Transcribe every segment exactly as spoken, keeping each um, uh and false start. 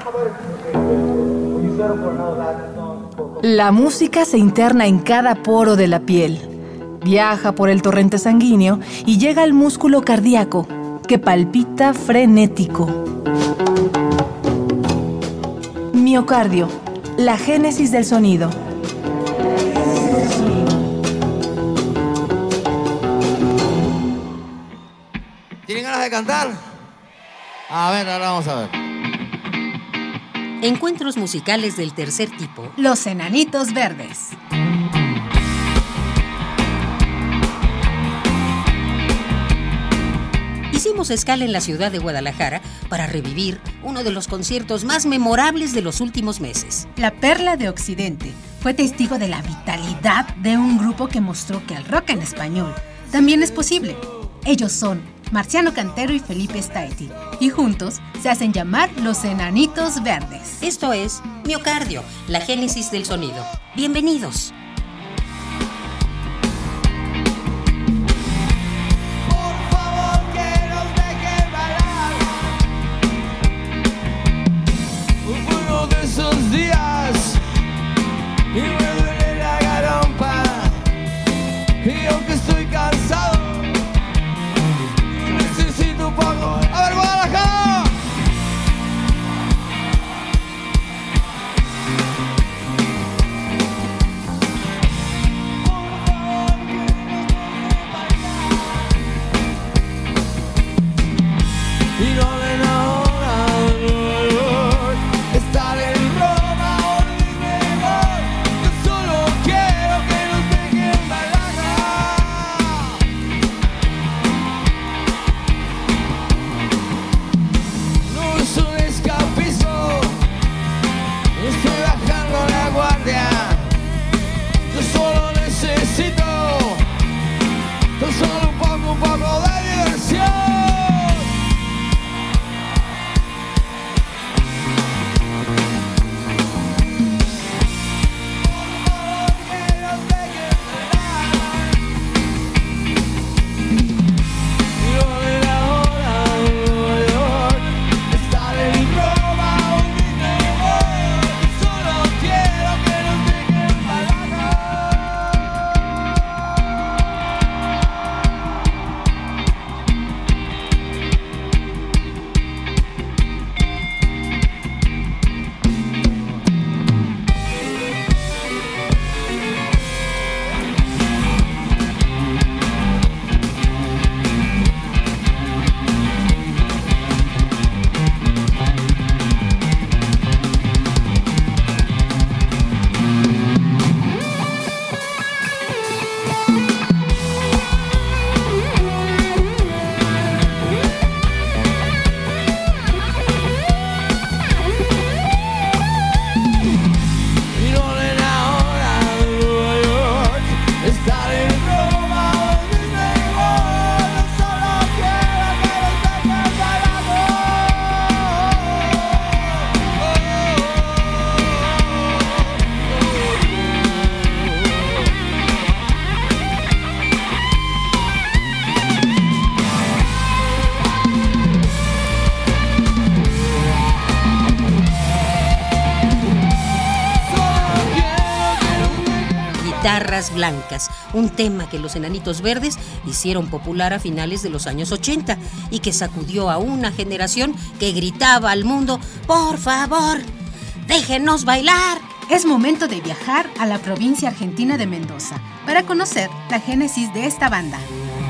La música se interna en cada poro de la piel, viaja por el torrente sanguíneo y llega al músculo cardíaco, que palpita frenético. Miocardio, la génesis del sonido. ¿Tienen ganas de cantar? A ver, ahora vamos a ver. Encuentros musicales del tercer tipo. Los Enanitos Verdes. Hicimos escala en la ciudad de Guadalajara para revivir uno de los conciertos más memorables de los últimos meses. La Perla de Occidente fue testigo de la vitalidad de un grupo que mostró que el rock en español también es posible. Ellos son Marciano Cantero y Felipe Staiti, y juntos se hacen llamar Los Enanitos Verdes. Esto es Miocardio, la génesis del sonido. Bienvenidos. Esos días y me duele la garompa, y aunque estoy cansado necesito un poco. A ver, Guadalajara. Y no le enamora Nueva York, estar en solo un poco, un poco de diversión. Guitarras Blancas, un tema que los Enanitos Verdes hicieron popular a finales de los años ochenta y que sacudió a una generación que gritaba al mundo: ¡por favor, déjenos bailar! Es momento de viajar a la provincia argentina de Mendoza para conocer la génesis de esta banda.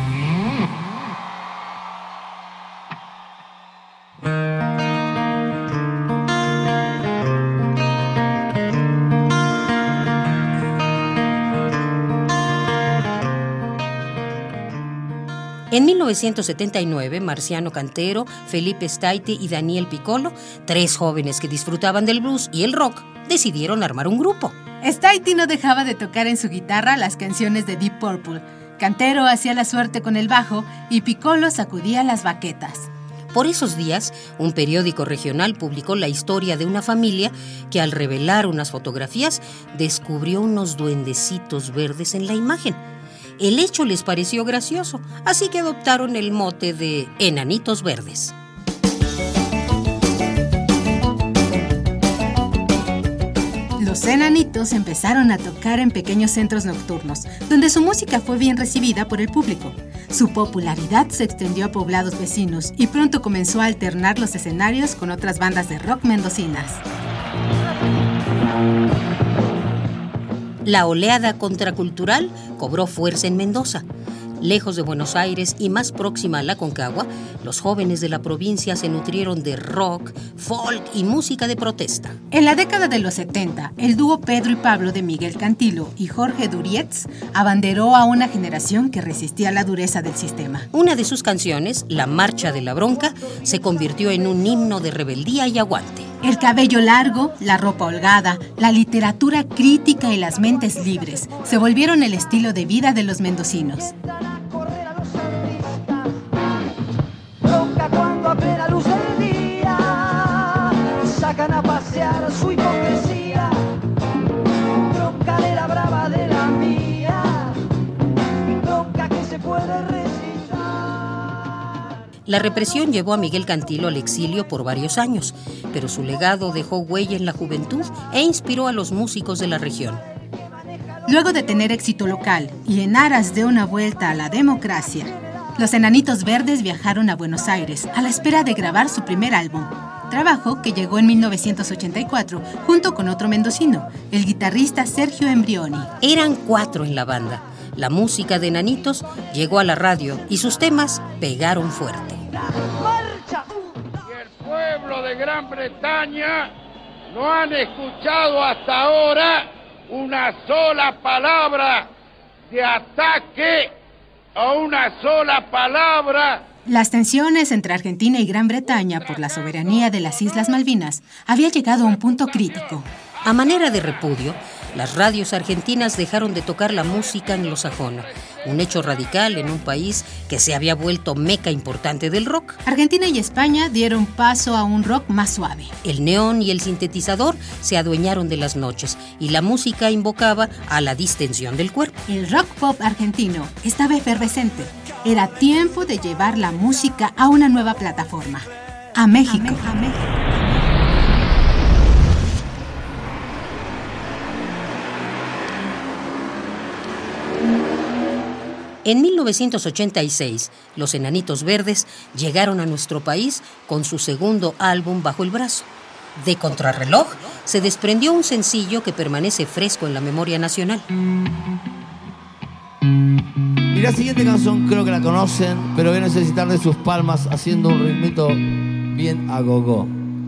En mil novecientos setenta y nueve, Marciano Cantero, Felipe Staiti y Daniel Piccolo, tres jóvenes que disfrutaban del blues y el rock, decidieron armar un grupo. Staiti no dejaba de tocar en su guitarra las canciones de Deep Purple. Cantero hacía la suerte con el bajo y Piccolo sacudía las baquetas. Por esos días, un periódico regional publicó la historia de una familia que, al revelar unas fotografías, descubrió unos duendecitos verdes en la imagen. El hecho les pareció gracioso, así que adoptaron el mote de Enanitos Verdes. Enanitos empezaron a tocar en pequeños centros nocturnos, donde su música fue bien recibida por el público. Su popularidad se extendió a poblados vecinos y pronto comenzó a alternar los escenarios con otras bandas de rock mendocinas. La oleada contracultural cobró fuerza en Mendoza. Lejos de Buenos Aires y más próxima a la Concagua, los jóvenes de la provincia se nutrieron de rock, folk y música de protesta. En la década de los setenta, el dúo Pedro y Pablo de Miguel Cantilo y Jorge Durietz abanderó a una generación que resistía la dureza del sistema. Una de sus canciones, La Marcha de la Bronca, se convirtió en un himno de rebeldía y aguante. El cabello largo, la ropa holgada, la literatura crítica y las mentes libres se volvieron el estilo de vida de los mendocinos. Cuando apenas luz del día, sacan a pasear su hipocresía. Bronca de la brava de la mía, bronca que se puede recitar. La represión llevó a Miguel Cantilo al exilio por varios años, pero su legado dejó huella en la juventud e inspiró a los músicos de la región. Luego de tener éxito local y en aras de una vuelta a la democracia, los Enanitos Verdes viajaron a Buenos Aires a la espera de grabar su primer álbum, trabajo que llegó en mil novecientos ochenta y cuatro junto con otro mendocino, el guitarrista Sergio Embrioni. Eran cuatro en la banda. La música de Enanitos llegó a la radio y sus temas pegaron fuerte. Y el pueblo de Gran Bretaña no han escuchado hasta ahora una sola palabra de ataque a una sola palabra. Las tensiones entre Argentina y Gran Bretaña por la soberanía de las Islas Malvinas había llegado a un punto crítico. A manera de repudio, las radios argentinas dejaron de tocar la música anglosajona, un hecho radical en un país que se había vuelto meca importante del rock. Argentina y España dieron paso a un rock más suave. El neón y el sintetizador se adueñaron de las noches y la música invocaba a la distensión del cuerpo. El rock pop argentino estaba efervescente. Era tiempo de llevar la música a una nueva plataforma, a México. A México. En mil novecientos ochenta y seis, los Enanitos Verdes llegaron a nuestro país con su segundo álbum bajo el brazo. De Contrarreloj se desprendió un sencillo que permanece fresco en la memoria nacional. Y la siguiente canción creo que la conocen, pero voy a necesitar de sus palmas haciendo un ritmito bien a gogo.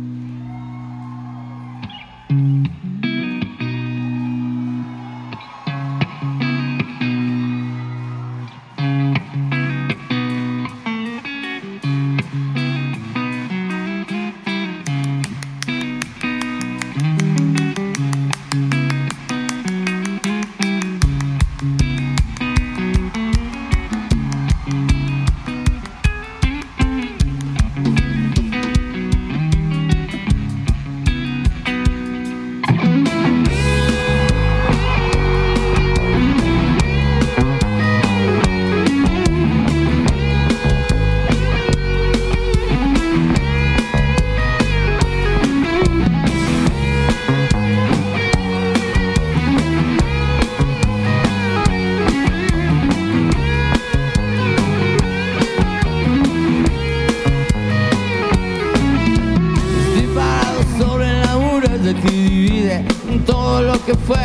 Que divide todo lo que fue.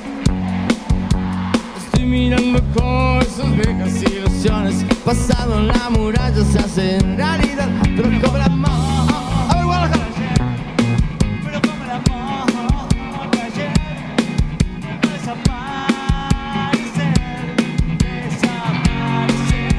Estoy mirando cómo esas viejas ilusiones pasado en la muralla se hacen realidad, pero como la moja. A ver, Guadalajara. Pero como la moja que ayer desaparecer, desaparecer.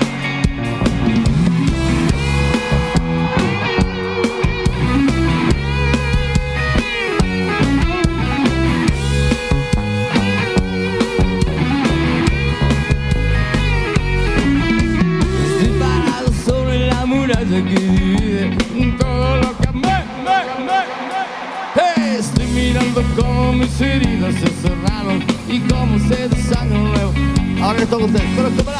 Que divide todo lo que me, me, me, me. Hey, estoy mirando cómo mis heridas se cerraron y cómo se desangra un nuevo. Ahora les toca a ustedes, pero tómala.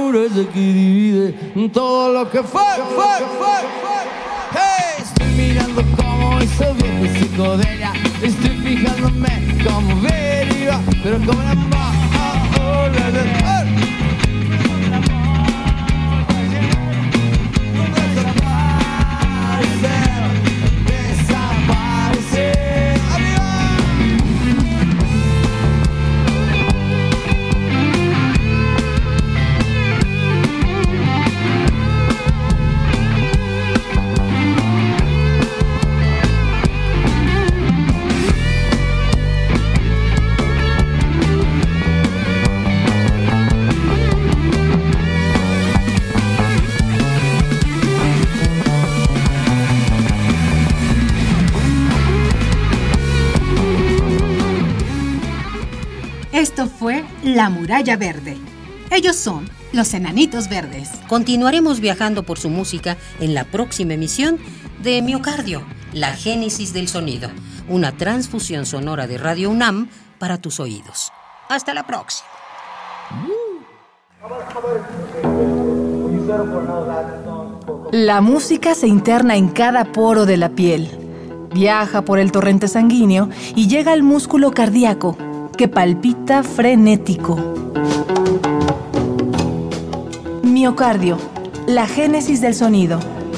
muralla que divide todo lo que fue, fue, fue, fue. Hey, estoy mirando como esa vieja psicodelia, estoy fijándome como deriva, pero como la ma, oh, oh, la, la, oh. Esto fue La Muralla Verde. Ellos son los Enanitos Verdes. Continuaremos viajando por su música en la próxima emisión de Miocardio, la génesis del sonido, una transfusión sonora de Radio UNAM para tus oídos. Hasta la próxima. La música se interna en cada poro de la piel, viaja por el torrente sanguíneo y llega al músculo cardíaco, que palpita frenético. Miocardio, la génesis del sonido.